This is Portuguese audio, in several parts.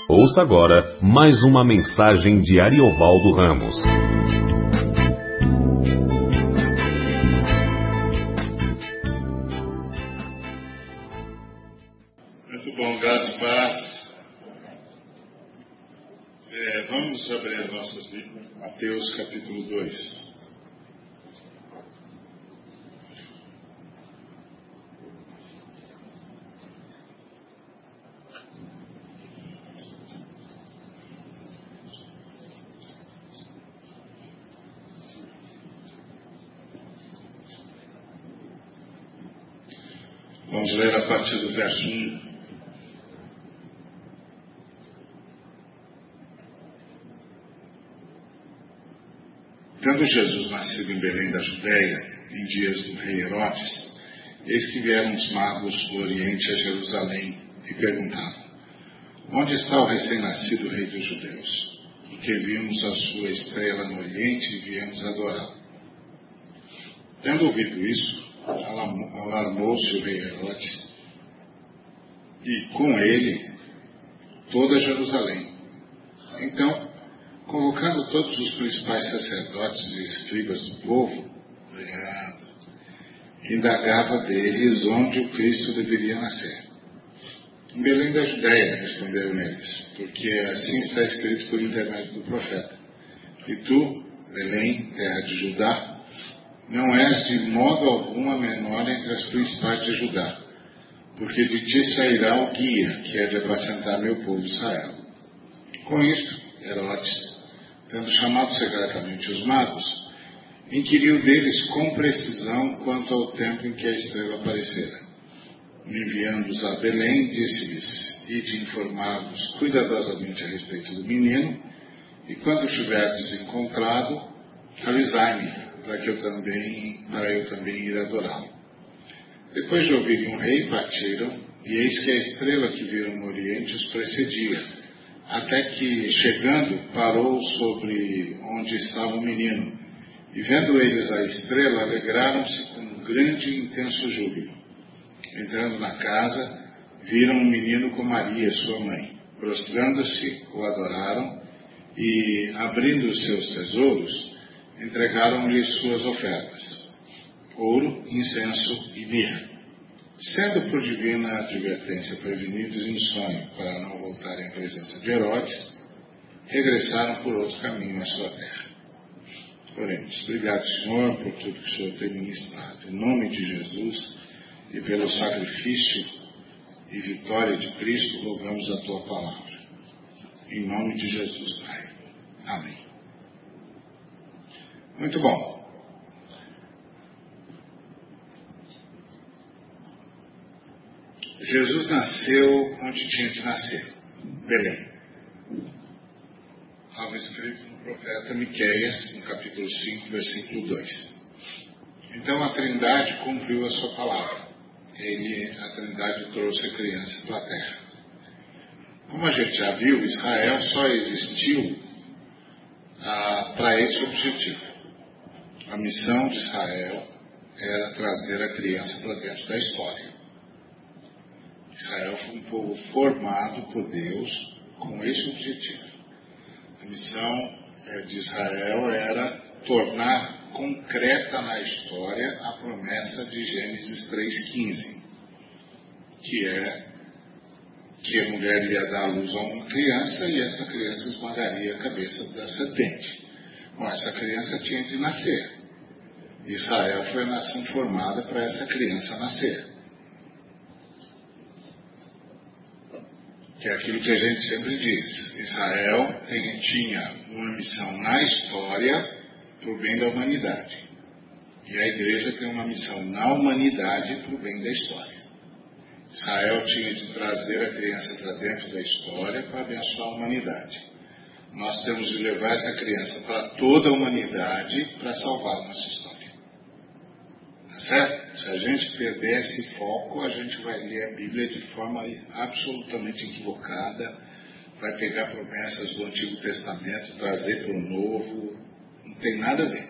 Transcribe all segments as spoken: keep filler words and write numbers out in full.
Ouça agora mais uma mensagem de Ariovaldo Ramos. Muito bom, graças e paz. É, vamos abrir as nossas Bíblias, Mateus capítulo dois. Vamos ler a partir do verso um. Tendo Jesus nascido em Belém da Judéia, em dias do rei Herodes, eis que vieram os magos do Oriente a Jerusalém e perguntavam: onde está o recém-nascido rei dos judeus? Porque vimos a sua estrela no Oriente e viemos adorá-lo. Tendo ouvido isso, alarmou-se o rei Herodes e com ele toda Jerusalém. Então, convocando todos os principais sacerdotes e escribas do povo, indagava deles onde o Cristo deveria nascer. Em Belém da Judéia, responderam eles, porque assim está escrito por intermédio do profeta: e tu, Belém, terra de Judá, não és de modo algum a menor entre as principais de Judá, porque de ti sairá o guia, que é de apacentar meu povo Israel. Com isto, Herodes, tendo chamado secretamente os magos, inquiriu deles com precisão quanto ao tempo em que a estrela aparecera. Enviando-os a Belém, disse-lhes: ide informar-vos cuidadosamente a respeito do menino, e quando o tiverdes encontrado, avisai-me, para que eu também, para eu também ir adorá-lo. Depois de ouvirem o rei, partiram, e eis que a estrela que viram no Oriente os precedia, até que, chegando, parou sobre onde estava o menino. E vendo eles a estrela, alegraram-se com um grande e intenso júbilo. Entrando na casa, viram o menino com Maria, sua mãe. Prostrando-se, o adoraram, e, abrindo os seus tesouros, entregaram-lhe suas ofertas: ouro, incenso e mirra. Sendo por divina advertência prevenidos em sonho para não voltarem à presença de Herodes, regressaram por outro caminho à sua terra. Oremos. Obrigado, Senhor, por tudo que o Senhor tem ministrado. Em nome de Jesus e pelo sacrifício e vitória de Cristo, rogamos a Tua palavra. Em nome de Jesus, Pai. Amém. Muito bom. Jesus nasceu onde tinha de nascer, Belém. Estava escrito no profeta Miqueias, no capítulo cinco, versículo dois. Então a Trindade cumpriu a sua palavra. Ele, a Trindade trouxe a criança para a terra. Como a gente já viu, Israel só existiu ah, para esse objetivo. A missão de Israel era trazer a criança para dentro da história. Israel foi um povo formado por Deus com esse objetivo. A missão de Israel era tornar concreta na história a promessa de Gênesis três, quinze, que é que a mulher ia dar à luz a uma criança e essa criança esmagaria a cabeça da serpente. Bom, essa criança tinha de nascer. Israel foi a nação formada para essa criança nascer. Que é aquilo que a gente sempre diz. Israel tem, tinha uma missão na história para o bem da humanidade. E a igreja tem uma missão na humanidade para o bem da história. Israel tinha de trazer a criança para dentro da história para abençoar a humanidade. Nós temos de levar essa criança para toda a humanidade para salvar a nossa história. Certo? Se a gente perder esse foco, a gente vai ler a Bíblia de forma absolutamente equivocada, vai pegar promessas do Antigo Testamento, trazer para o Novo, não tem nada a ver.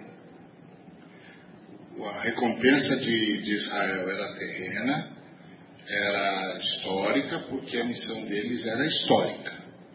A recompensa de, de Israel era terrena, era histórica, porque a missão deles era histórica.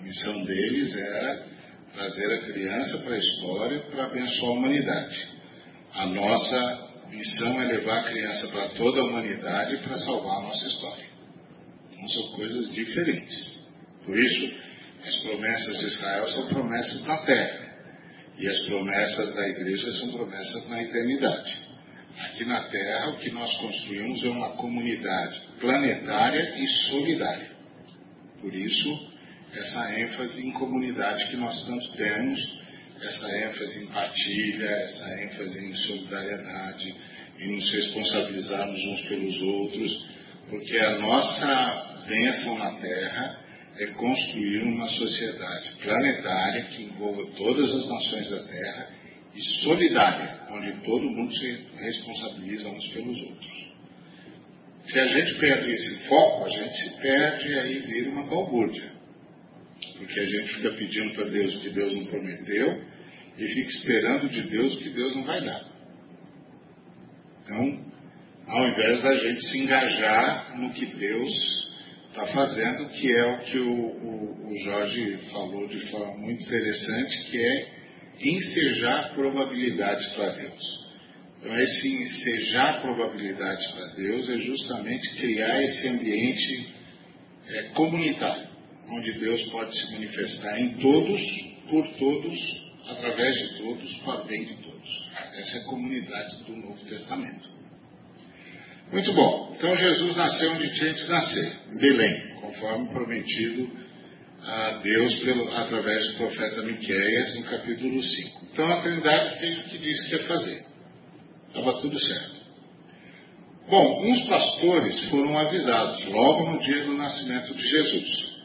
missão deles era trazer a criança para a história para abençoar a humanidade. A nossa missão é levar a criança para toda a humanidade para salvar a nossa história. Então são coisas diferentes. Por isso, as promessas de Israel são promessas na terra. E as promessas da igreja são promessas na eternidade. Aqui na terra, o que nós construímos é uma comunidade planetária e solidária. Por isso, essa ênfase em comunidade que nós tanto temos, essa ênfase em partilha, essa ênfase em solidariedade, em nos responsabilizarmos uns pelos outros, porque a nossa bênção na Terra é construir uma sociedade planetária que envolva todas as nações da Terra e solidária, onde todo mundo se responsabiliza uns pelos outros. Se a gente perde esse foco, a gente se perde e aí vira uma balbúrdia. Porque a gente fica pedindo para Deus o que Deus não prometeu e fica esperando de Deus o que Deus não vai dar. Então, ao invés da gente se engajar no que Deus está fazendo, que é o que o, o, o Jorge falou de forma muito interessante, que é ensejar probabilidades para Deus. Então, esse ensejar probabilidades para Deus é justamente criar esse ambiente é, comunitário, onde Deus pode se manifestar em todos, por todos, através de todos, para o bem de todos. Essa é a comunidade do Novo Testamento. Muito bom. Então Jesus nasceu onde tinha de nascer, em Belém, conforme prometido a Deus pelo, através do profeta Miqueias, no capítulo cinco. Então a Trindade fez o que disse que ia fazer. Estava tudo certo. Bom, uns pastores foram avisados logo no dia do nascimento de Jesus.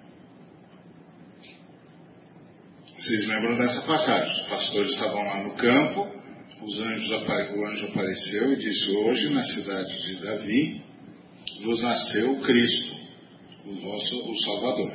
Vocês lembram dessa passagem? Os pastores estavam lá no campo, os anjos, o anjo apareceu e disse: hoje na cidade de Davi vos nasceu o Cristo, o vosso o Salvador.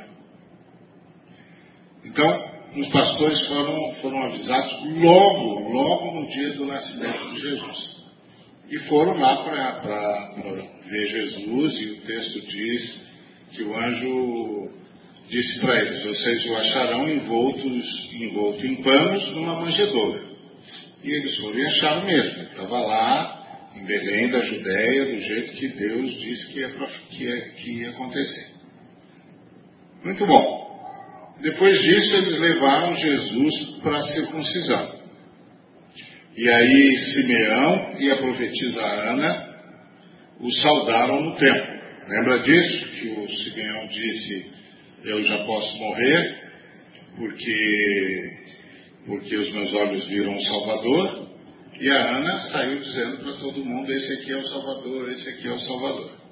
Então, os pastores foram, foram avisados logo, logo no dia do nascimento de Jesus. E foram lá para ver Jesus, e o texto diz que o anjo disse para eles: vocês o acharão envoltos, envolto em panos numa manjedoura. E eles foram e acharam mesmo. Ele estava lá, em Belém da Judéia, do jeito que Deus disse que ia, que ia, que ia acontecer. Muito bom. Depois disso, eles levaram Jesus para a circuncisão. E aí Simeão e a profetisa Ana o saudaram no templo. Lembra disso? Que o Simeão disse: eu já posso morrer, porque, porque os meus olhos viram o Salvador. E a Ana saiu dizendo para todo mundo: esse aqui é o Salvador, esse aqui é o Salvador.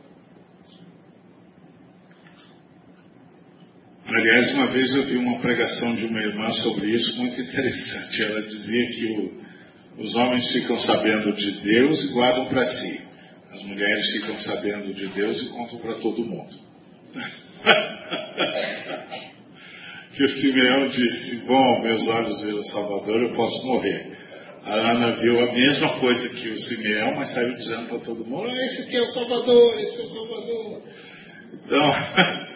Aliás, uma vez eu vi uma pregação de uma irmã sobre isso, muito interessante. Ela dizia que o, os homens ficam sabendo de Deus e guardam para si. As mulheres ficam sabendo de Deus e contam para todo mundo. Que o Simeão disse: bom, meus olhos viram o Salvador, eu posso morrer. A Ana viu a mesma coisa que o Simeão, mas saiu dizendo para todo mundo: esse aqui é o Salvador, esse é o Salvador. Então...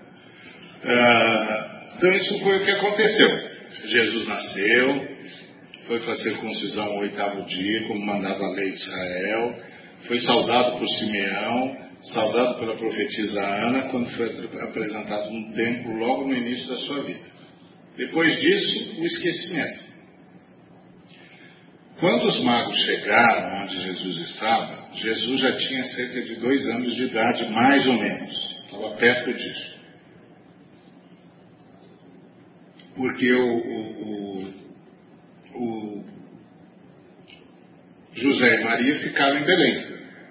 Uh, então isso foi o que aconteceu. Jesus nasceu, foi para a circuncisão o oitavo dia, como mandava a lei de Israel, foi saudado por Simeão, saudado pela profetisa Ana, quando foi apresentado no templo logo no início da sua vida. Depois disso, o esquecimento. Quando os magos chegaram onde Jesus estava, Jesus já tinha cerca de dois anos de idade, mais ou menos, estava perto disso. Porque o, o, o, o José e Maria ficaram em Belém.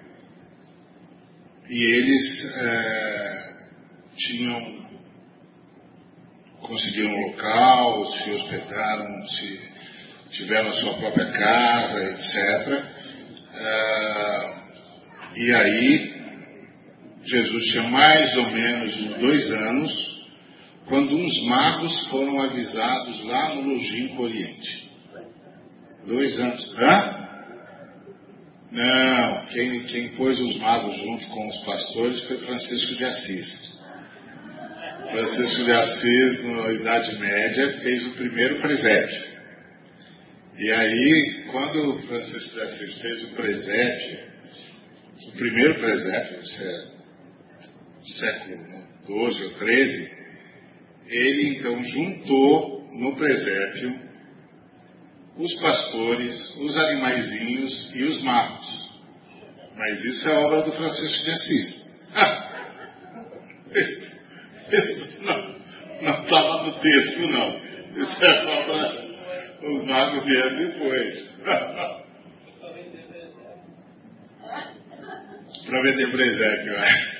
E eles é, tinham, conseguiram um local, se hospedaram, se tiveram a sua própria casa, etcétera. É, e aí, Jesus tinha mais ou menos uns dois anos, quando uns magos foram avisados lá no longínquo Oriente. Dois anos. Hã? Não, quem, quem pôs os magos junto com os pastores foi Francisco de Assis. Francisco de Assis, na Idade Média, fez o primeiro presépio. E aí, quando Francisco de Assis fez o presépio, o primeiro presépio, isso é século doze ou treze, ele então juntou no presépio os pastores, os animaizinhos e os magos. Mas isso é obra do Francisco de Assis. Isso, isso não estava no texto, não. Isso é obra, os magos vieram depois. Para vender presépio, é.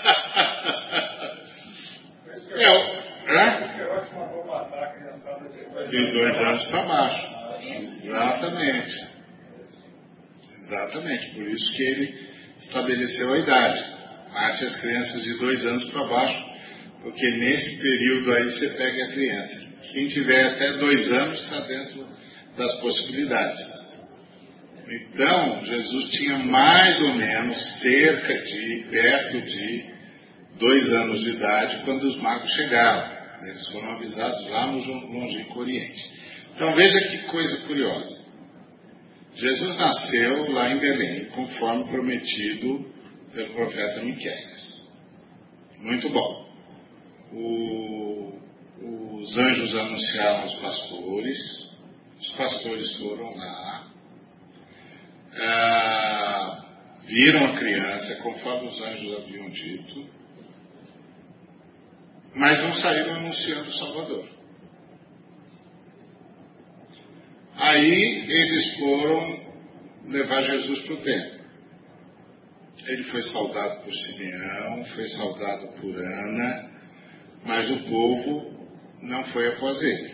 É, de dois anos para baixo. Exatamente. Exatamente. Por isso que ele estabeleceu a idade. Mate as crianças de dois anos para baixo, porque nesse período aí você pega a criança. Quem tiver até dois anos está dentro das possibilidades. Então, Jesus tinha mais ou menos cerca de, perto de dois anos de idade quando os magos chegaram. Eles foram avisados lá no longínquo Oriente. Então veja que coisa curiosa. Jesus nasceu lá em Belém, conforme prometido pelo profeta Miqueias. Muito bom. O, os anjos anunciaram aos pastores, os pastores foram lá, ah, viram a criança, conforme os anjos haviam dito, mas não saíram anunciando o Salvador. Aí eles foram levar Jesus para o templo. Ele foi saudado por Simeão, foi saudado por Ana, mas o povo não foi após ele.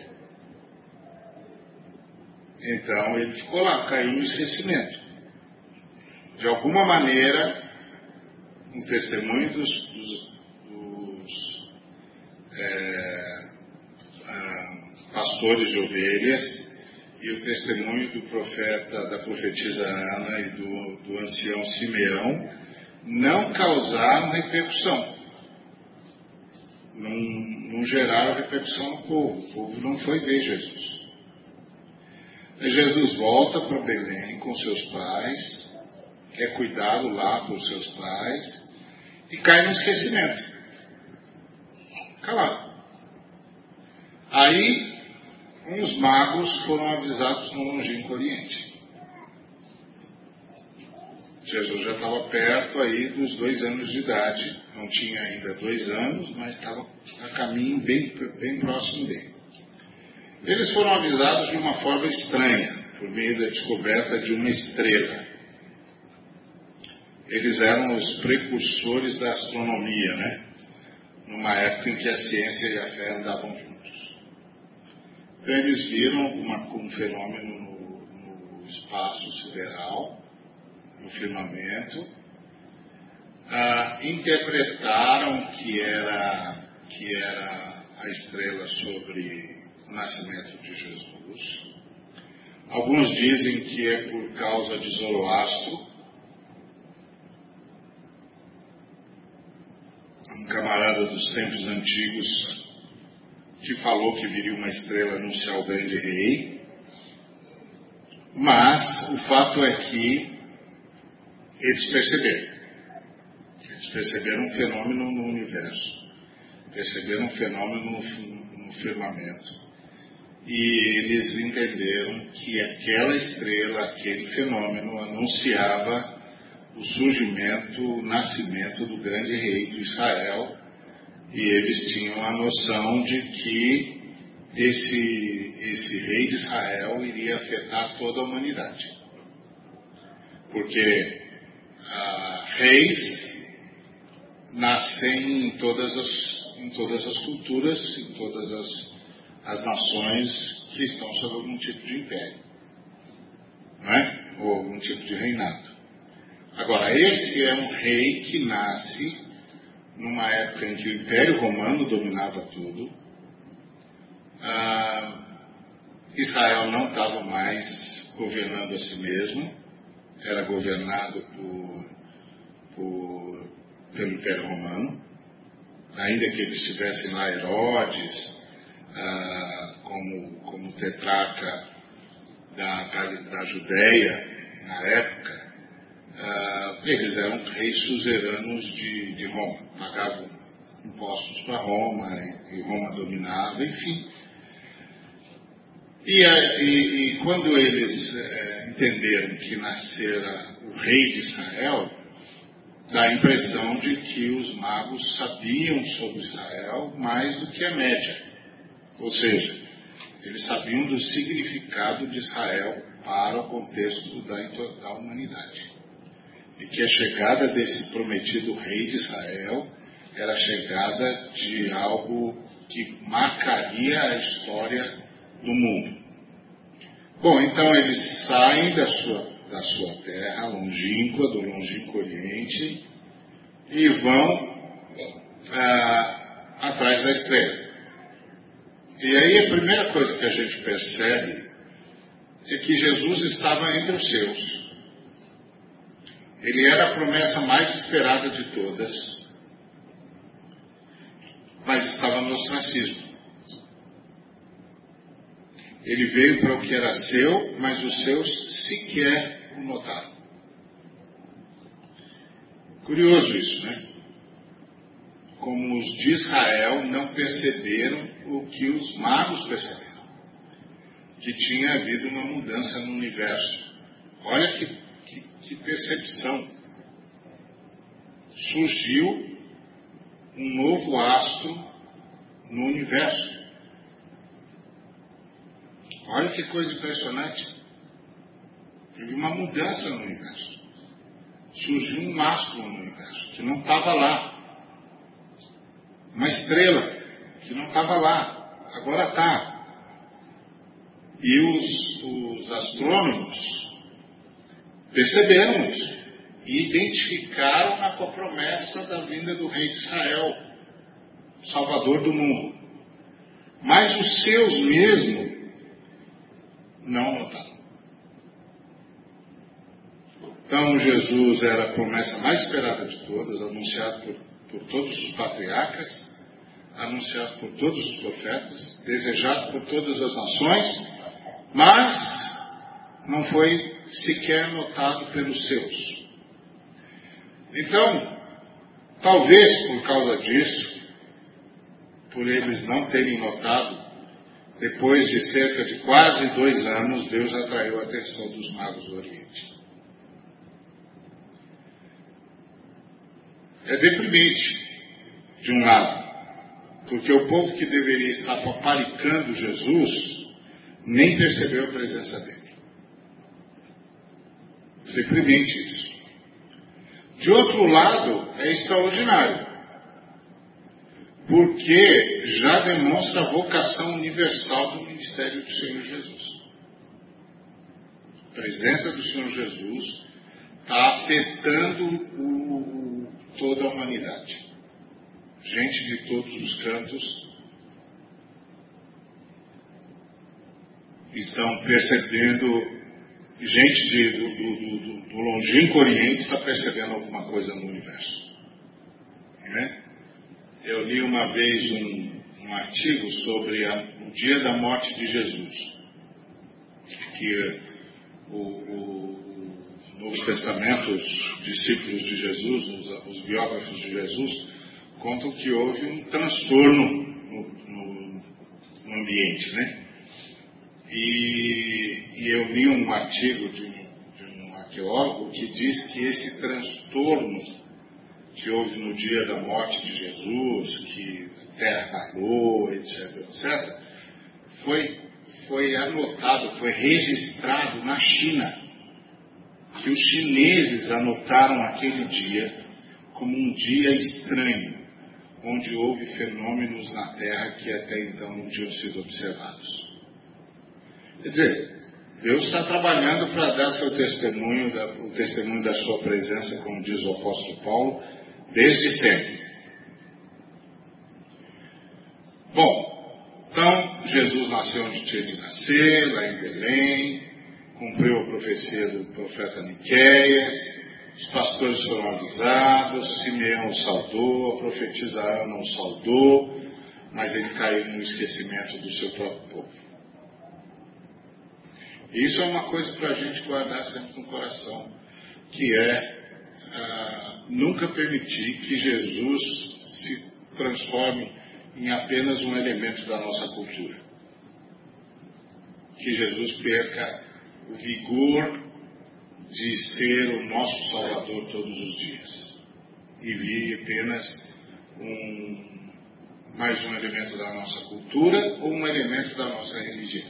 Então ele ficou lá, caiu no esquecimento. De alguma maneira, um testemunho dos, dos, dos é, ah, pastores de ovelhas e o testemunho do profeta, da profetisa Ana e do, do ancião Simeão não causaram repercussão, não, não geraram repercussão no povo. O povo não foi ver Jesus. Aí Jesus volta para Belém com seus pais, é cuidado lá por seus pais e cai no esquecimento. Calado. Aí uns magos foram avisados no longínquo Oriente. Jesus já estava perto aí dos dois anos de idade, não tinha ainda dois anos, mas estava a caminho bem, bem próximo dele. Eles foram avisados de uma forma estranha, por meio da descoberta de uma estrela. Eles eram os precursores da astronomia, né? Numa época em que a ciência e a fé andavam juntos. Então eles viram uma, um fenômeno no, no espaço sideral, no firmamento, ah, interpretaram que era, que era a estrela sobre o nascimento de Jesus. Alguns dizem que é por causa de Zoroastro, um camarada dos tempos antigos que falou que viria uma estrela anunciar o grande rei. Mas o fato é que eles perceberam. Eles perceberam um fenômeno no universo. Perceberam um fenômeno no, no firmamento. E eles entenderam que aquela estrela, aquele fenômeno, anunciava o surgimento, o nascimento do grande rei de Israel. E eles tinham a noção de que esse, esse rei de Israel iria afetar toda a humanidade. Porque ah, reis nascem em todas as, em todas as culturas, em todas as, as nações que estão sob algum tipo de império, não é? Ou algum tipo de reinado. Agora, esse é um rei que nasce numa época em que o Império Romano dominava tudo. Ah, Israel não estava mais governando a si mesmo, era governado por, por, pelo Império Romano. ainda que eles tivessem lá Herodes ah, como, como tetrarca da, da Judéia na época, ah, eles eram reis suzeranos de, de Roma, pagavam impostos para Roma, e, e Roma dominava, enfim. E, e, e quando eles é, entenderam que nascera o rei de Israel, dá a impressão de que os magos sabiam sobre Israel mais do que a média. Ou seja, eles sabiam do significado de Israel para o contexto da, da humanidade. E que a chegada desse prometido rei de Israel era a chegada de algo que marcaria a história do mundo. Bom, então eles saem da sua, da sua terra longínqua, do longínquo Oriente, e vão ah, atrás da estrela. E aí a primeira coisa que a gente percebe é que Jesus estava entre os seus. Ele era a promessa mais esperada de todas, mas estava no ostracismo. Ele veio para o que era seu, mas os seus sequer o notaram. Curioso isso, né? Como os de Israel não perceberam o que os magos perceberam. Que tinha havido uma mudança no universo. Olha que, que, que percepção. Surgiu um novo astro no universo. Olha que coisa impressionante. Teve uma mudança no universo. Surgiu um astro no universo que não estava lá. Uma estrela que não estava lá. Agora está. E os, os astrônomos perceberam isso. E identificaram-na com a promessa da vinda do rei de Israel, Salvador do mundo. Mas os seus mesmo não notaram. Então Jesus era a promessa mais esperada de todas, anunciada por, por todos os patriarcas, anunciado por todos os profetas, desejado por todas as nações, mas não foi sequer notado pelos seus. Então, talvez por causa disso, por eles não terem notado, depois de cerca de quase dois anos, Deus atraiu a atenção dos magos do Oriente. É deprimente, de um lado, porque o povo que deveria estar paparicando Jesus nem percebeu a presença dele. É deprimente isso. De outro lado, é extraordinário, porque já demonstra a vocação universal do ministério do Senhor Jesus. A presença do Senhor Jesus está afetando o, o, toda a humanidade. Gente de todos os cantos estão percebendo, gente de, do, do, do, do longínquo Oriente está percebendo alguma coisa no universo. Né? Eu li uma vez um, um artigo sobre a, o dia da morte de Jesus, que o, o, o Novo Testamento, os discípulos de Jesus, os, os biógrafos de Jesus, contam que houve um transtorno no, no, no ambiente, né? E, e eu li um artigo de, de um arqueólogo que diz que esse transtorno que houve no dia da morte de Jesus, que a terra parou, etc, etcétera, foi, foi anotado, foi registrado na China, que os chineses anotaram aquele dia como um dia estranho, onde houve fenômenos na Terra que até então não tinham sido observados. Quer dizer, Deus está trabalhando para dar seu testemunho, o testemunho da sua presença, como diz o apóstolo Paulo, desde sempre. Bom, então Jesus nasceu onde tinha de nascer, lá em Belém, cumpriu a profecia do profeta Miqueias, Os pastores foram avisados, Simeão o saudou, a profetisa Ana o saudou, mas ele caiu no esquecimento do seu próprio povo. E isso é uma coisa para a gente guardar sempre no coração, que é ah, nunca permitir que Jesus se transforme em apenas um elemento da nossa cultura. Que Jesus perca o vigor de ser o nosso Salvador todos os dias e vire apenas um, mais um elemento da nossa cultura ou um elemento da nossa religião.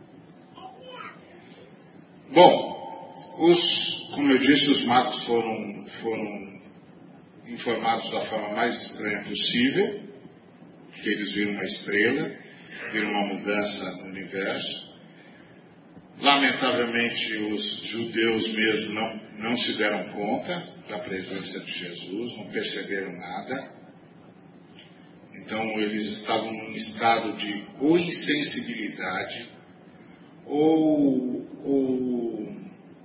Bom, os, como eu disse, os magos foram, foram informados da forma mais estranha possível, que eles viram uma estrela, viram uma mudança no universo. Lamentavelmente, os judeus mesmo não, não se deram conta da presença de Jesus, não perceberam nada. Então, eles estavam num estado de ou insensibilidade ou, ou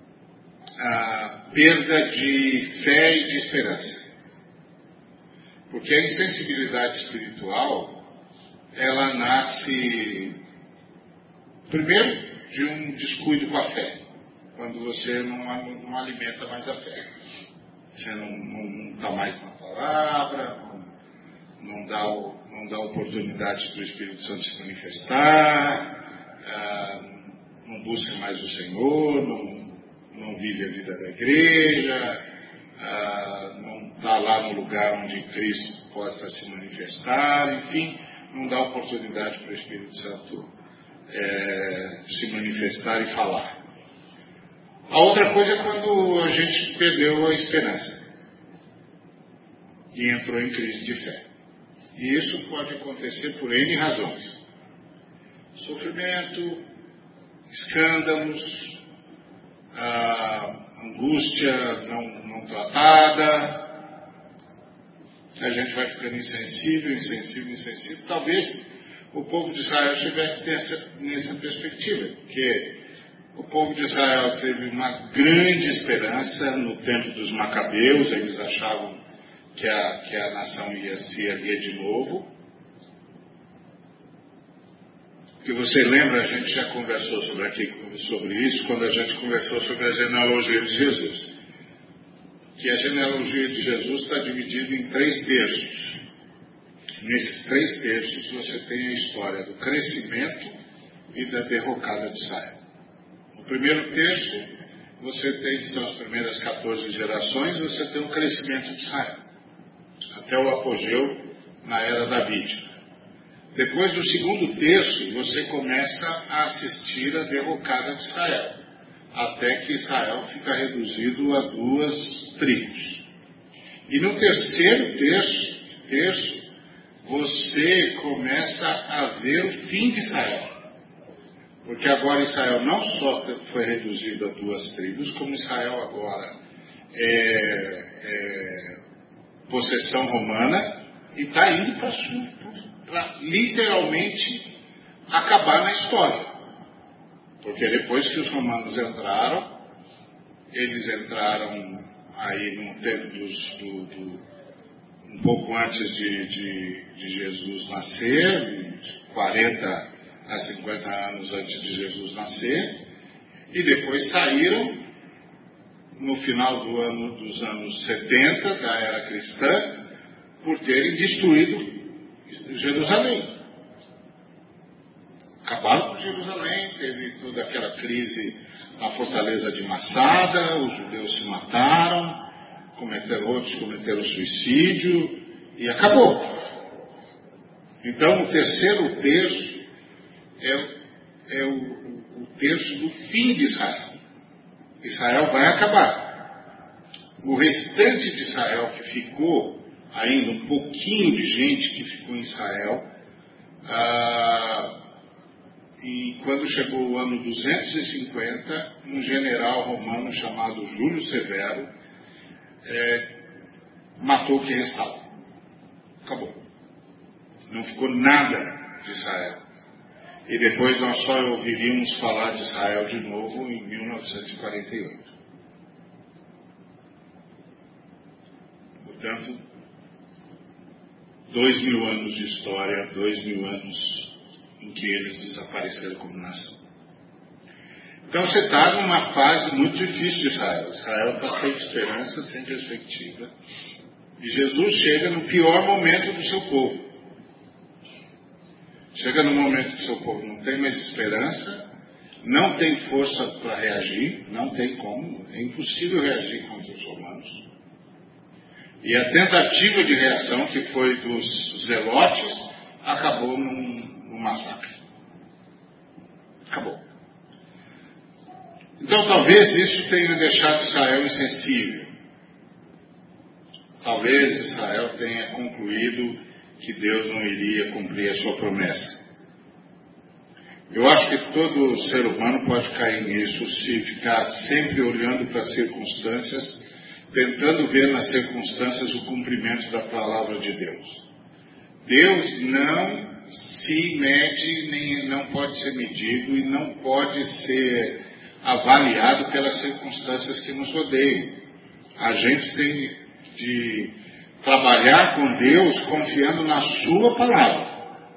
a perda de fé e de esperança. Porque a insensibilidade espiritual, ela nasce, primeiro, de um descuido com a fé, quando você não, não alimenta mais a fé. Você não está mais na palavra, não, não, dá, não dá oportunidade para o Espírito Santo se manifestar, ah, não busca mais o Senhor, não, não vive a vida da igreja, ah, não está lá no lugar onde Cristo possa se manifestar, enfim, não dá oportunidade para o Espírito Santo É, se manifestar e falar. A outra coisa é quando a gente perdeu a esperança e entrou em crise de fé. E isso pode acontecer por N razões. Sofrimento, escândalos, a angústia não, não tratada, a gente vai ficando insensível, insensível, insensível. Talvez o povo de Israel estivesse nessa, nessa perspectiva, porque o povo de Israel teve uma grande esperança no tempo dos Macabeus, eles achavam que a, que a nação ia se erguer de novo. Que você lembra, a gente já conversou sobre, aqui, sobre isso, quando a gente conversou sobre a genealogia de Jesus. Que a genealogia de Jesus está dividida em três terços. Nesses três terços você tem a história do crescimento e da derrocada de Israel. No primeiro terço, você tem, que são as primeiras quatorze gerações, você tem o crescimento de Israel, até o apogeu na era davídica. Depois do segundo terço, você começa a assistir a derrocada de Israel, até que Israel fica reduzido a duas tribos. E no terceiro terço, terço você começa a ver o fim de Israel. Porque agora Israel não só foi reduzido a duas tribos, como Israel agora é, é possessão romana e está indo para literalmente acabar na história. Porque depois que os romanos entraram, eles entraram aí no tempo dos, do, do um pouco antes de, de, de Jesus nascer, quarenta a cinquenta anos antes de Jesus nascer, e depois saíram no final do ano, dos anos setenta, da era cristã, por terem destruído Jerusalém. Acabaram com Jerusalém, teve toda aquela crise na fortaleza de Massada, os judeus se mataram, cometeram, outros cometeram suicídio e acabou. Então o terceiro terço é, é o, o, o terço do fim de Israel. Israel vai acabar. O restante de Israel que ficou, ainda um pouquinho de gente que ficou em Israel, ah, e quando chegou o ano duzentos e cinquenta, um general romano chamado Júlio Severo É, matou o que restava. Acabou. Não ficou nada de Israel. E depois nós só ouviríamos falar de Israel de novo em mil novecentos e quarenta e oito. Portanto, dois mil anos de história, dois mil anos em que eles desapareceram como nação. Então você está numa fase muito difícil de Israel. Israel está sem esperança, sem perspectiva. E Jesus chega no pior momento do seu povo. Chega no momento que o seu povo não tem mais esperança, não tem força para reagir, não tem como, é impossível reagir contra os romanos. E a tentativa de reação, que foi dos zelotes, acabou num, num massacre. Acabou. Então talvez isso tenha deixado Israel insensível. Talvez Israel tenha concluído que Deus não iria cumprir a sua promessa. Eu acho que todo ser humano pode cair nisso se ficar sempre olhando para as circunstâncias, tentando ver nas circunstâncias o cumprimento da palavra de Deus. Deus não se mede, nem não pode ser medido e não pode ser avaliado pelas circunstâncias que nos rodeiam. A gente tem de trabalhar com Deus confiando na sua palavra,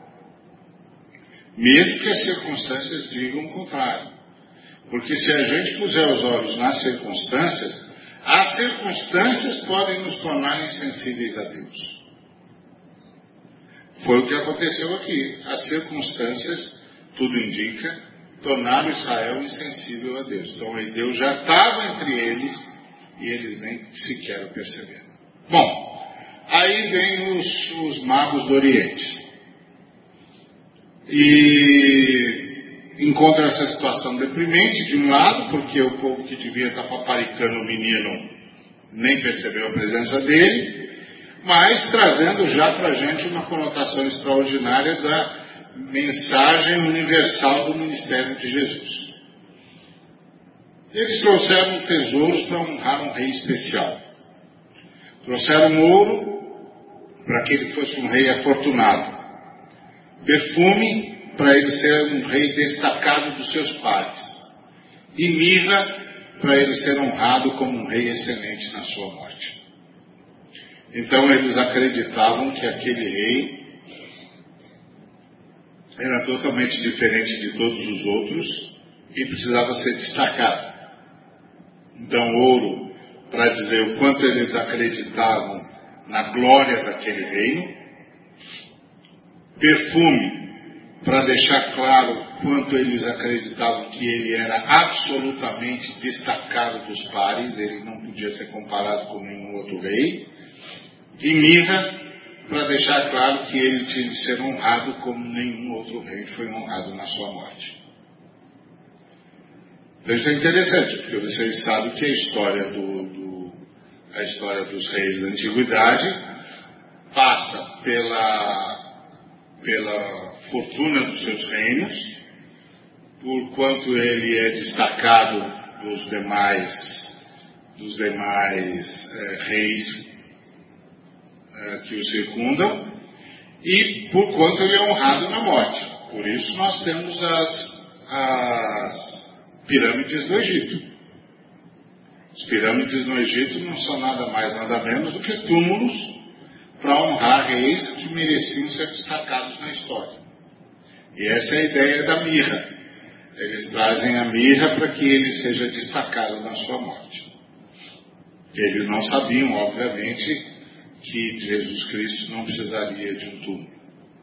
mesmo que as circunstâncias digam o contrário. Porque se a gente puser os olhos nas circunstâncias, as circunstâncias podem nos tornar insensíveis a Deus. Foi o que aconteceu aqui. As circunstâncias, tudo indica, tornaram Israel insensível a Deus. Então Deus já estava entre eles e eles nem sequer o perceberam. Bom, aí vem os, os magos do Oriente. E encontra essa situação deprimente, de um lado, porque o povo que devia estar paparicando o menino nem percebeu a presença dele, mas trazendo já para a gente uma conotação extraordinária da mensagem universal do ministério de Jesus. Eles trouxeram tesouros para honrar um rei especial. Trouxeram ouro para que ele fosse um rei afortunado. Perfume para ele ser um rei destacado dos seus pares. E mirra para ele ser honrado como um rei excelente na sua morte. Então eles acreditavam que aquele rei era totalmente diferente de todos os outros e precisava ser destacado. Então ouro para dizer o quanto eles acreditavam na glória daquele reino. Perfume para deixar claro quanto eles acreditavam que ele era absolutamente destacado dos pares, ele não podia ser comparado com nenhum outro rei. E mirra para deixar claro que ele tinha de ser honrado como nenhum outro rei foi honrado na sua morte. Então isso é interessante, porque vocês sabem que a história, do, do, a história dos reis da antiguidade passa pela, pela fortuna dos seus reinos, por quanto ele é destacado dos demais, dos demais é, reis é, que o circundam, e por quanto ele é honrado na morte. Por isso nós temos as, as pirâmides do Egito. As pirâmides no Egito não são nada mais, nada menos do que túmulos para honrar reis que mereciam ser destacados na história. E essa é a ideia da mirra. Eles trazem a mirra para que ele seja destacado na sua morte. Eles não sabiam, obviamente, que Jesus Cristo não precisaria de um túmulo,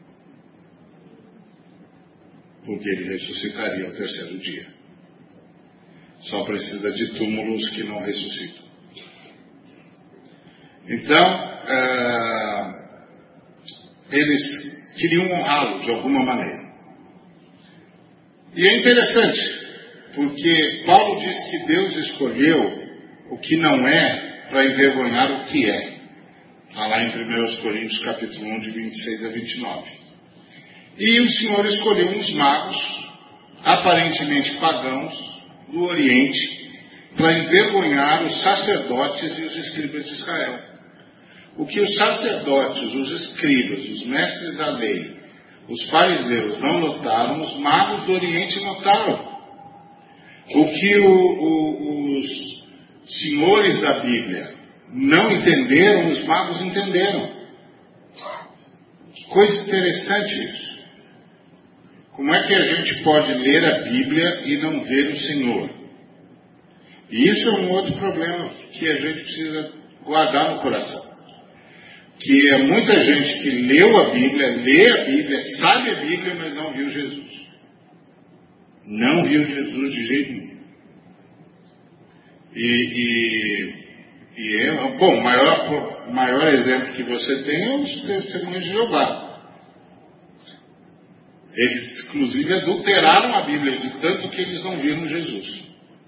porque ele ressuscitaria ao terceiro dia. Só precisa de túmulos que não ressuscitam. Então, uh, eles queriam honrá-lo de alguma maneira. E é interessante, porque Paulo diz que Deus escolheu o que não é para envergonhar o que é. Está lá em primeira Coríntios capítulo um, de vinte e seis a vinte e nove. E o Senhor escolheu uns magos, aparentemente pagãos, do Oriente, para envergonhar os sacerdotes e os escribas de Israel. O que os sacerdotes, os escribas, os mestres da lei, os fariseus não notaram, os magos do Oriente notaram. O que o, o, os senhores da Bíblia não entenderam, os magos entenderam. Que coisa interessante isso. Como é que a gente pode ler a Bíblia e não ver o Senhor? E isso é um outro problema que a gente precisa guardar no coração. Que é muita gente que leu a Bíblia, lê a Bíblia, sabe a Bíblia, mas não viu Jesus. Não viu Jesus de jeito nenhum. E, e, e é, bom, o maior, maior exemplo que você tem é os testemunhos de Jeová. Eles, inclusive, adulteraram a Bíblia de tanto que eles não viram Jesus.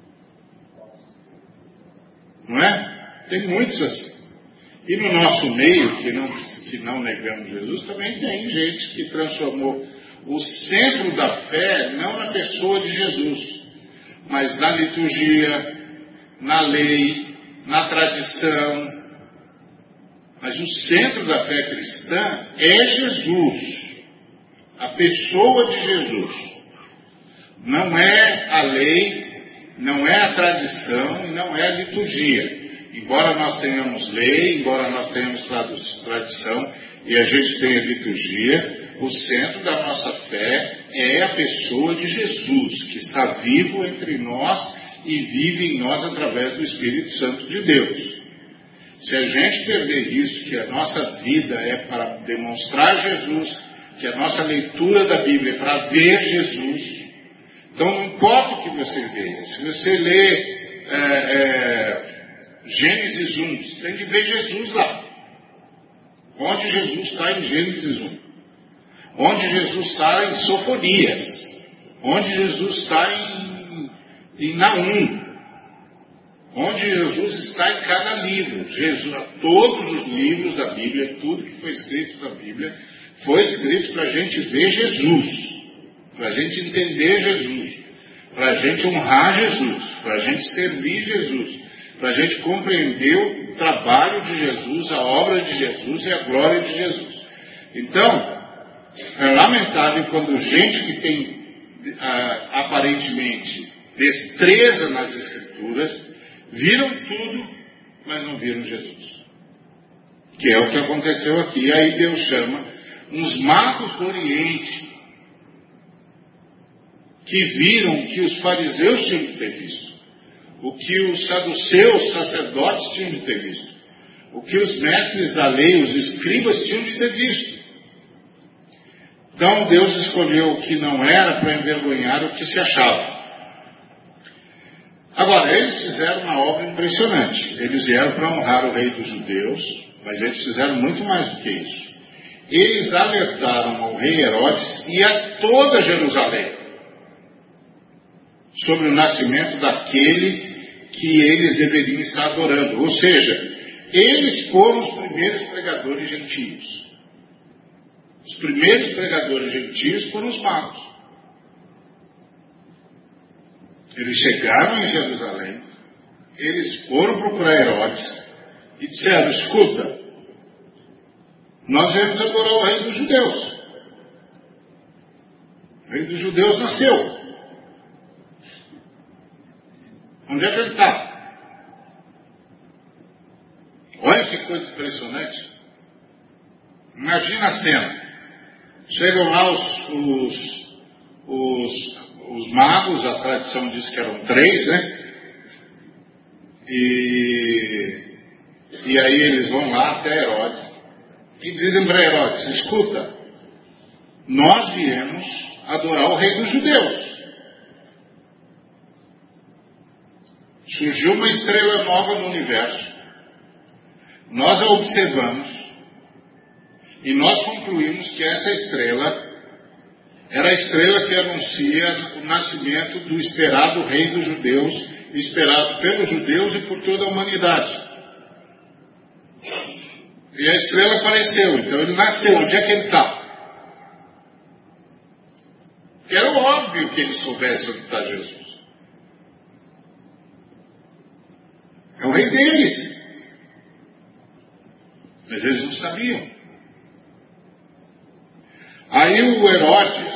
Não é? Tem muitos assim. E no nosso meio, que não, que não negamos Jesus, também tem gente que transformou o centro da fé não na pessoa de Jesus, mas na liturgia, na lei, na tradição. Mas o centro da fé cristã é Jesus, a pessoa de Jesus. Não é a lei, não é a tradição e não é a liturgia. Embora nós tenhamos lei, embora nós tenhamos tradição e a gente tenha liturgia, o centro da nossa fé é a pessoa de Jesus, que está vivo entre nós e vive em nós através do Espírito Santo de Deus. Se a gente perder isso, que a nossa vida é para demonstrar Jesus, que a nossa leitura da Bíblia é para ver Jesus, então não importa o que você veja, se você lê é, é, Gênesis um, você tem que ver Jesus lá. Onde Jesus está em Gênesis um? Onde Jesus está em Sofonias? Onde Jesus está em, em Naum? Onde Jesus está em cada livro? Jesus, todos os livros da Bíblia, tudo que foi escrito na Bíblia, foi escrito para a gente ver Jesus, para a gente entender Jesus, para a gente honrar Jesus, para a gente servir Jesus, para a gente compreender o trabalho de Jesus, a obra de Jesus e a glória de Jesus. Então, é lamentável quando gente que tem ah, aparentemente destreza nas Escrituras, viram tudo, mas não viram Jesus. Que é o que aconteceu aqui. Aí Deus chama uns magos do Oriente, que viram que os fariseus tinham de ter visto, o que os saduceus, sacerdotes, tinham de ter visto, o que os mestres da lei, os escribas, tinham de ter visto. Então Deus escolheu o que não era para envergonhar o que se achava. Agora, eles fizeram uma obra impressionante. Eles vieram para honrar o rei dos judeus, mas eles fizeram muito mais do que isso. Eles alertaram ao rei Herodes e a toda Jerusalém sobre o nascimento daquele que eles deveriam estar adorando. Ou seja, eles foram os primeiros pregadores gentios. Os primeiros pregadores gentios foram os magos. Eles chegaram em Jerusalém, eles foram procurar Herodes e disseram: escuta, nós viemos adorar o rei dos judeus. O rei dos judeus nasceu. Onde é que ele está? Olha que coisa impressionante. Imagina a cena. Chegam lá os, os, os, os magos, a tradição diz que eram três, né? E, e aí eles vão lá até Herodes e dizem para Herodes: escuta, nós viemos adorar o rei dos judeus. Surgiu uma estrela nova no universo, nós a observamos e nós concluímos que essa estrela era a estrela que anuncia o nascimento do esperado rei dos judeus, esperado pelos judeus e por toda a humanidade. E a estrela apareceu, então ele nasceu. Onde é que ele está? Era óbvio que ele soubesse onde está Jesus. É o rei deles. Mas eles não sabiam. Aí o Herodes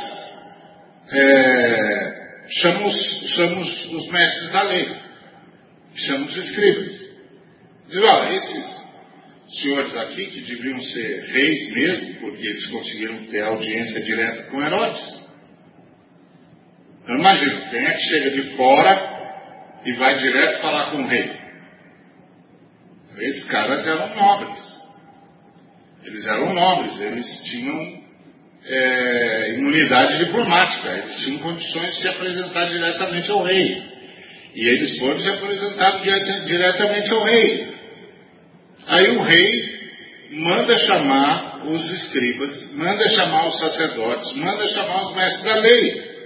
é, chama, os, chama os, os mestres da lei, chama os escribas. Diz, olha, esses senhores aqui que deveriam ser reis mesmo, porque eles conseguiram ter audiência direta com Herodes. Então imagina, quem é que chega de fora e vai direto falar com o rei? Esses caras eram nobres. Eles eram nobres, eles tinham é, imunidade diplomática, eles tinham condições de se apresentar diretamente ao rei. E eles foram se apresentar diretamente ao rei. Aí o rei manda chamar os escribas, manda chamar os sacerdotes, manda chamar os mestres da lei.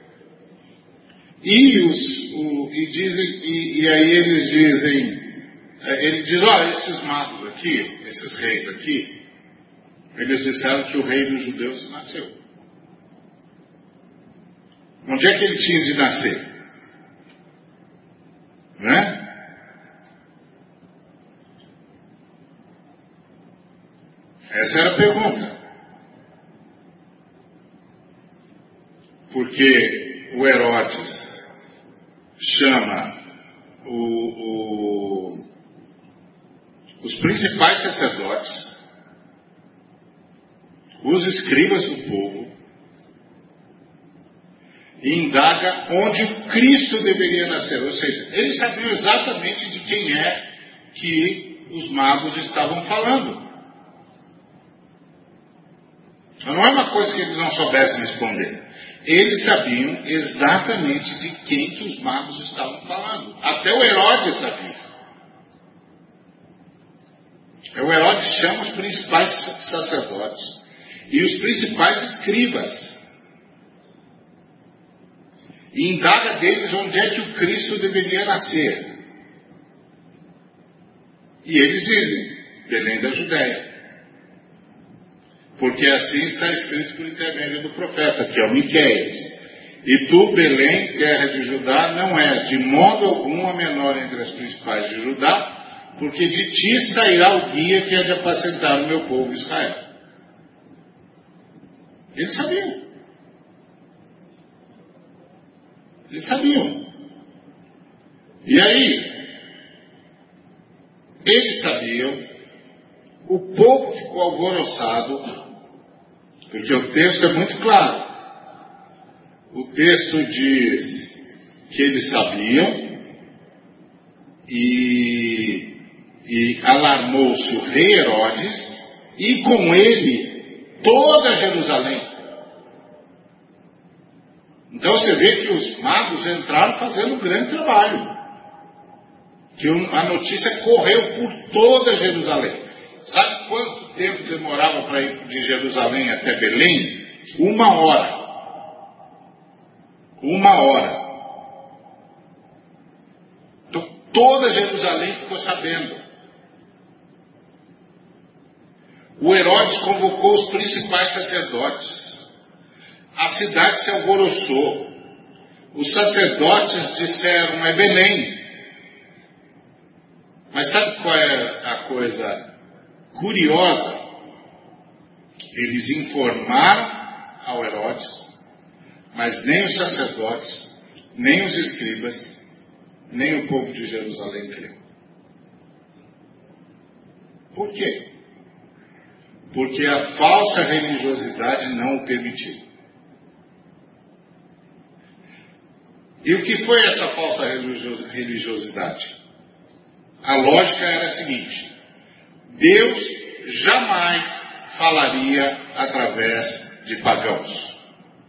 E, os, o, e, dizem, e, e aí eles dizem, ele diz, olha, esses magos aqui, esses reis aqui, eles disseram que o rei dos judeus nasceu. Onde é que ele tinha de nascer? Né? Essa era a pergunta. Porque o Herodes chama o, o, os principais sacerdotes, os escribas do povo, e indaga onde o Cristo deveria nascer. Ou seja, eles sabiam exatamente de quem é que os magos estavam falando. Não é uma coisa que eles não soubessem responder. Eles sabiam exatamente de quem que os magos estavam falando. Até o Herodes sabia. O Herodes chama os principais sacerdotes e os principais escribas e indaga deles onde é que o Cristo deveria nascer. E eles dizem, Belém da Judéia. Porque assim está escrito por intermédio do profeta, que é o Miqueias. E tu, Belém, terra de Judá, não és de modo algum a menor entre as principais de Judá, porque de ti sairá o guia que há de apacentar o meu povo Israel. Eles sabiam. Eles sabiam. E aí, eles sabiam, o povo ficou alvoroçado, porque o texto é muito claro. O texto diz que eles sabiam e, e alarmou-se o rei Herodes e com ele toda Jerusalém. Então você vê que os magos entraram fazendo um grande trabalho. Que a notícia correu por toda Jerusalém. Sabe quanto tempo demorava para ir de Jerusalém até Belém? Uma hora. Uma hora. Então, toda Jerusalém ficou sabendo. O Herodes convocou os principais sacerdotes. A cidade se alvoroçou. Os sacerdotes disseram, é Belém. Mas sabe qual é a coisa curiosa? Eles informaram ao Herodes, mas nem os sacerdotes, nem os escribas, nem o povo de Jerusalém creu. Por quê? Porque a falsa religiosidade não o permitiu. E o que foi essa falsa religiosidade? A lógica era a seguinte: Deus jamais falaria através de pagãos.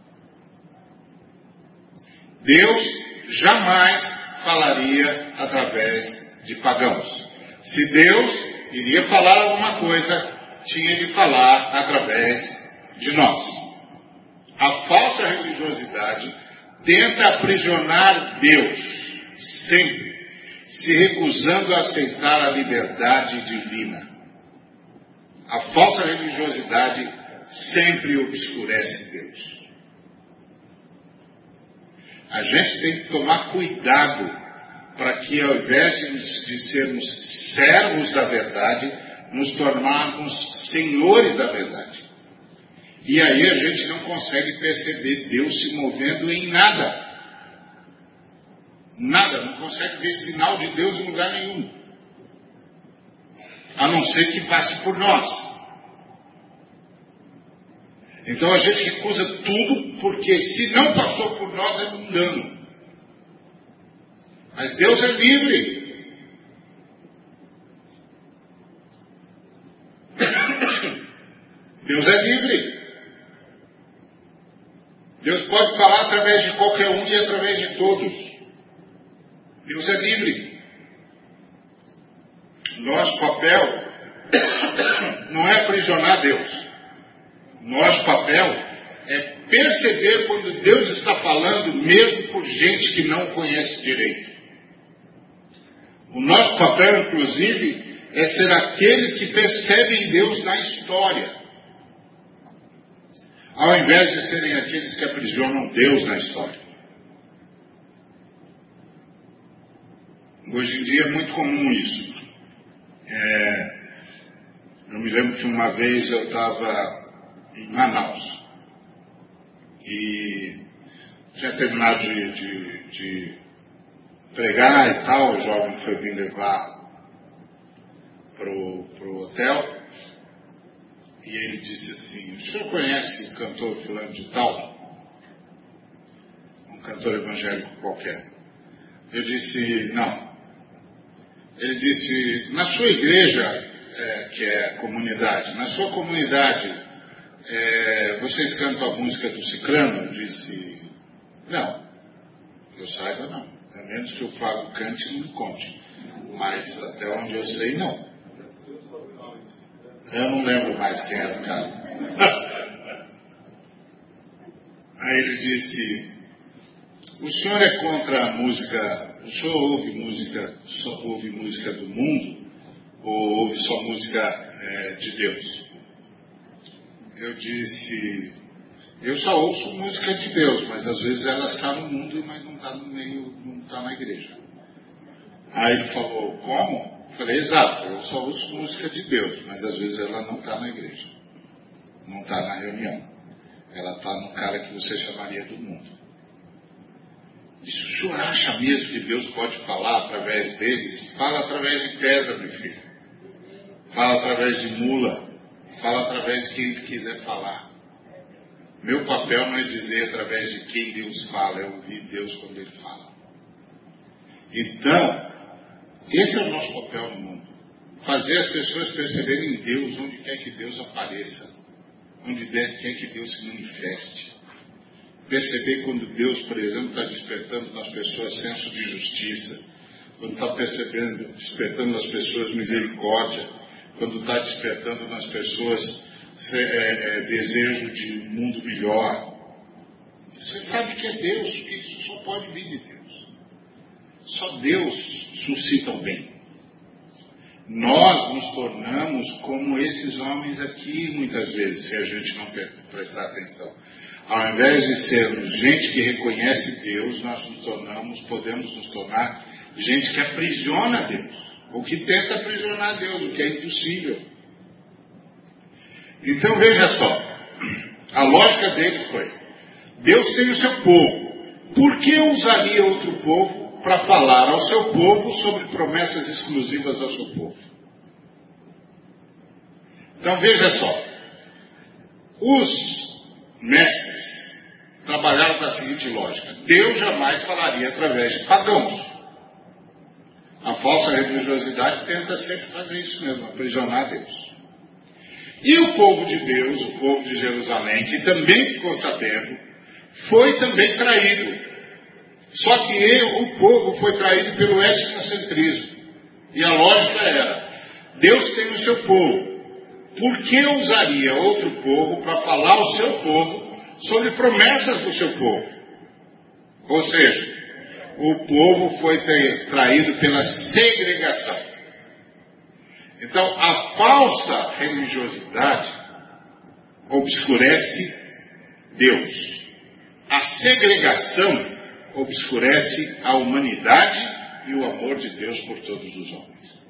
Deus jamais falaria através de pagãos. Se Deus iria falar alguma coisa, tinha de falar através de nós. A falsa religiosidade tenta aprisionar Deus, sempre, se recusando a aceitar a liberdade divina. A falsa religiosidade sempre obscurece Deus. A gente tem que tomar cuidado para que, ao invés de sermos servos da verdade, nos tornarmos senhores da verdade. E aí a gente não consegue perceber Deus se movendo em nada. Nada, não consegue ver sinal de Deus em lugar nenhum. a não ser que passe por nós. Então a gente recusa tudo, porque se não passou por nós é mundano. Mas Deus é livre. Deus é livre. Deus pode falar através de qualquer um e através de todos. Deus é livre. Nosso papel não é aprisionar Deus. Nosso papel é perceber quando Deus está falando, mesmo por gente que não conhece direito. O nosso papel, inclusive, é ser aqueles que percebem Deus na história, ao invés de serem aqueles que aprisionam Deus na história. Hoje em dia é muito comum isso. É, eu me lembro que uma vez eu estava em Manaus e tinha terminado de, de, de pregar e tal. O jovem foi vir levar pro, pro hotel e ele disse assim: o senhor conhece o cantor fulano de tal? Um cantor evangélico qualquer. Eu disse: não. Ele disse: na sua igreja, é, que é a comunidade, na sua comunidade, é, vocês cantam a música do Cicrano? Eu disse: não, que eu saiba não, a menos que o Fábio cante e não me conte, mas até onde eu sei não. Eu não lembro mais quem era o cara. Aí ele disse: o senhor é contra a música, o senhor ouve música, só ouve música do mundo ou ouve só música é, de Deus? Eu disse: eu só ouço música de Deus, mas às vezes ela está no mundo, mas não está no meio, não está na igreja. Aí ele falou: como? Eu falei: exato, eu só ouço música de Deus, mas às vezes ela não está na igreja, não está na reunião, ela está no cara que você chamaria do mundo. Disse: o senhor acha mesmo que Deus pode falar através deles? Fala através de pedra, meu filho, fala através de mula, fala através de quem ele quiser falar. Meu papel não é dizer através de quem Deus fala, é ouvir Deus quando ele fala. Então, esse é o nosso papel no mundo. Fazer as pessoas perceberem Deus onde quer que Deus apareça, onde quer que Deus se manifeste. Perceber quando Deus, por exemplo, está despertando nas pessoas senso de justiça, quando está percebendo, despertando nas pessoas misericórdia, quando está despertando nas pessoas é, é, desejo de um mundo melhor. Você sabe que é Deus, que isso só pode vir de Deus. Só Deus suscita o bem. Nós nos tornamos como esses homens aqui, muitas vezes, se a gente não prestar atenção. Ao invés de sermos gente que reconhece Deus, nós nos tornamos, podemos nos tornar gente que aprisiona Deus, ou que tenta aprisionar Deus, o que é impossível. Então veja só, a lógica dele foi: Deus tem o seu povo, por que usaria outro povo para falar ao seu povo sobre promessas exclusivas ao seu povo? Então veja só, os mestres trabalharam com a seguinte lógica: Deus jamais falaria através de pagãos. A falsa religiosidade tenta sempre fazer isso mesmo, aprisionar Deus. E o povo de Deus, o povo de Jerusalém, que também ficou sabendo, foi também traído. Só que ele, o povo foi traído pelo etnocentrismo. E a lógica era: Deus tem o seu povo, por que usaria outro povo para falar ao seu povo sobre promessas do seu povo? Ou seja, o povo foi traído pela segregação. Então, a falsa religiosidade obscurece Deus. A segregação obscurece a humanidade e o amor de Deus por todos os homens.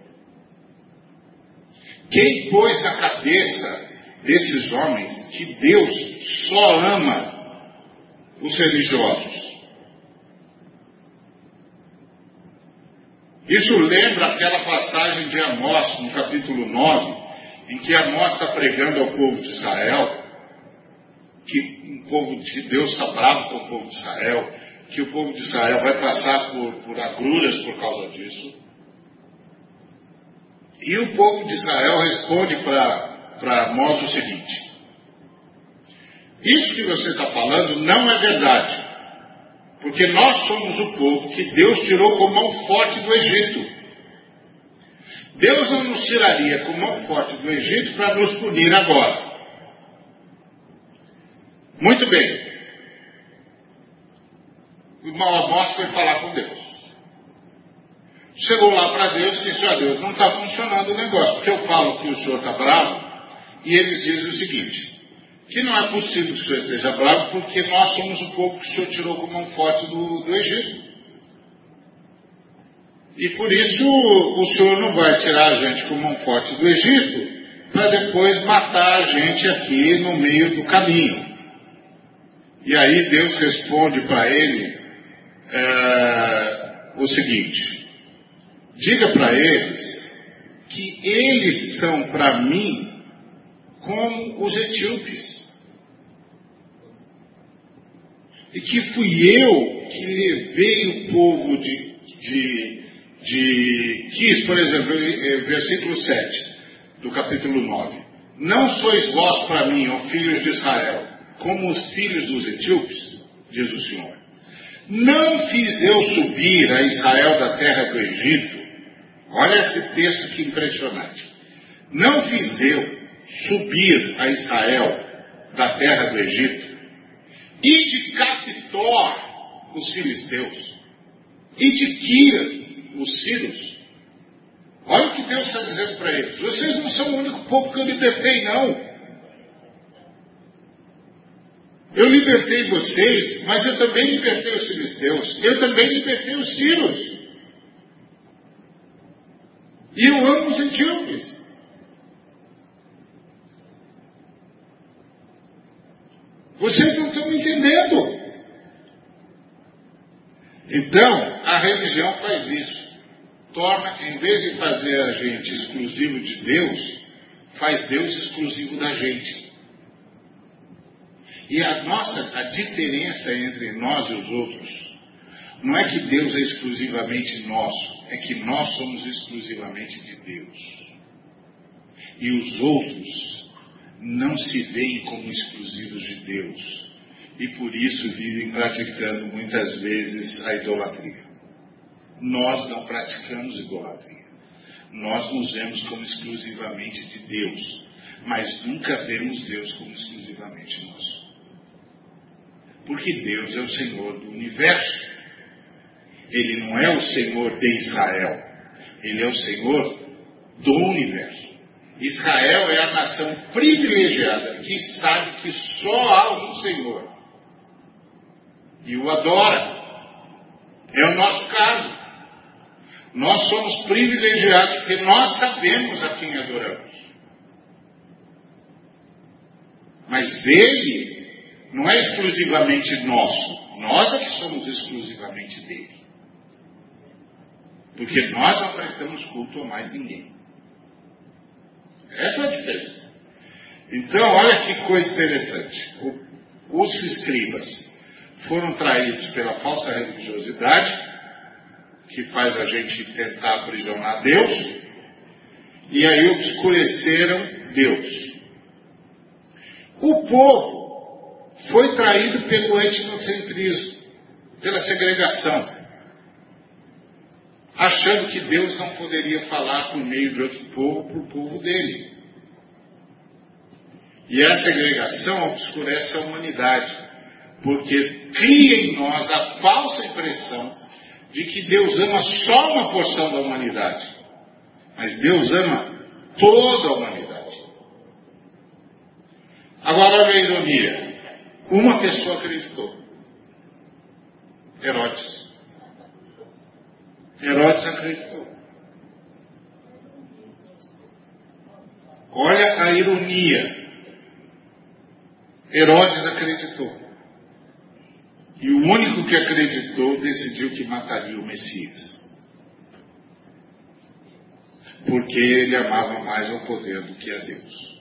Quem pôs na cabeça desses homens que Deus só ama os religiosos? Isso lembra aquela passagem de Amós, no capítulo nove, em que Amós está pregando ao povo de Israel, que o povo de Deus está bravo com o povo de Israel, que o povo de Israel vai passar por, por agruras por causa disso. E o povo de Israel responde para Amós o seguinte: isso que você está falando não é verdade, porque nós somos o povo que Deus tirou com mão forte do Egito. Deus não nos tiraria com mão forte do Egito para nos punir agora. Muito bem. O irmão Amós foi falar com Deus. Chegou lá para Deus e disse: ó Deus, não está funcionando o negócio, porque eu falo que o senhor está bravo, e eles dizem o seguinte, que não é possível que o senhor esteja bravo, porque nós somos o povo que o senhor tirou com mão forte do, do Egito. E por isso o senhor não vai tirar a gente com mão forte do Egito, para depois matar a gente aqui no meio do caminho. E aí Deus responde para ele é, o seguinte: diga para eles que eles são para mim como os etíopes, e que fui eu que levei o povo de, de, de quis, por exemplo, versículo sete do capítulo nove: não sois vós para mim, ó filhos de Israel, como os filhos dos etíopes, diz o Senhor. Não fiz eu subir a Israel da terra do Egito. Olha esse texto que impressionante. Não fiz eu subir a Israel da terra do Egito, e de Cafitor os filisteus, e de Quir os sírios. Olha o que Deus está dizendo para eles: vocês não são o único povo que eu libertei, não. Eu libertei vocês, mas eu também libertei os filisteus, eu também libertei os sírios. E eu amo os etíopes. Vocês não estão me entendendo. Então, a religião faz isso. Torna, em vez de fazer a gente exclusivo de Deus, faz Deus exclusivo da gente. E a nossa, a diferença entre nós e os outros, não é que Deus é exclusivamente nosso, é que nós somos exclusivamente de Deus. E os outros não se veem como exclusivos de Deus, e por isso vivem praticando muitas vezes a idolatria. Nós não praticamos idolatria. Nós nos vemos como exclusivamente de Deus, mas nunca vemos Deus como exclusivamente nosso. Porque Deus é o Senhor do universo. Ele não é o Senhor de Israel. Ele é o Senhor do universo. Israel é a nação privilegiada que sabe que só há um Senhor. E o adora. É o nosso caso. Nós somos privilegiados porque nós sabemos a quem adoramos. Mas Ele não é exclusivamente nosso. Nós é que somos exclusivamente dele. Porque nós não prestamos culto a mais ninguém. Essa é a diferença. Então, olha que coisa interessante. O, os escribas foram traídos pela falsa religiosidade, que faz a gente tentar aprisionar Deus, e aí obscureceram Deus. O povo foi traído pelo etnocentrismo, pela segregação, achando que Deus não poderia falar por meio de outro povo para o povo dele. E a segregação obscurece a humanidade, porque cria em nós a falsa impressão de que Deus ama só uma porção da humanidade, mas Deus ama toda a humanidade. Agora olha a ironia. Uma pessoa acreditou. Herodes. Herodes acreditou. Olha a ironia. Herodes acreditou. E o único que acreditou decidiu que mataria o Messias. porque ele amava mais ao poder do que a Deus.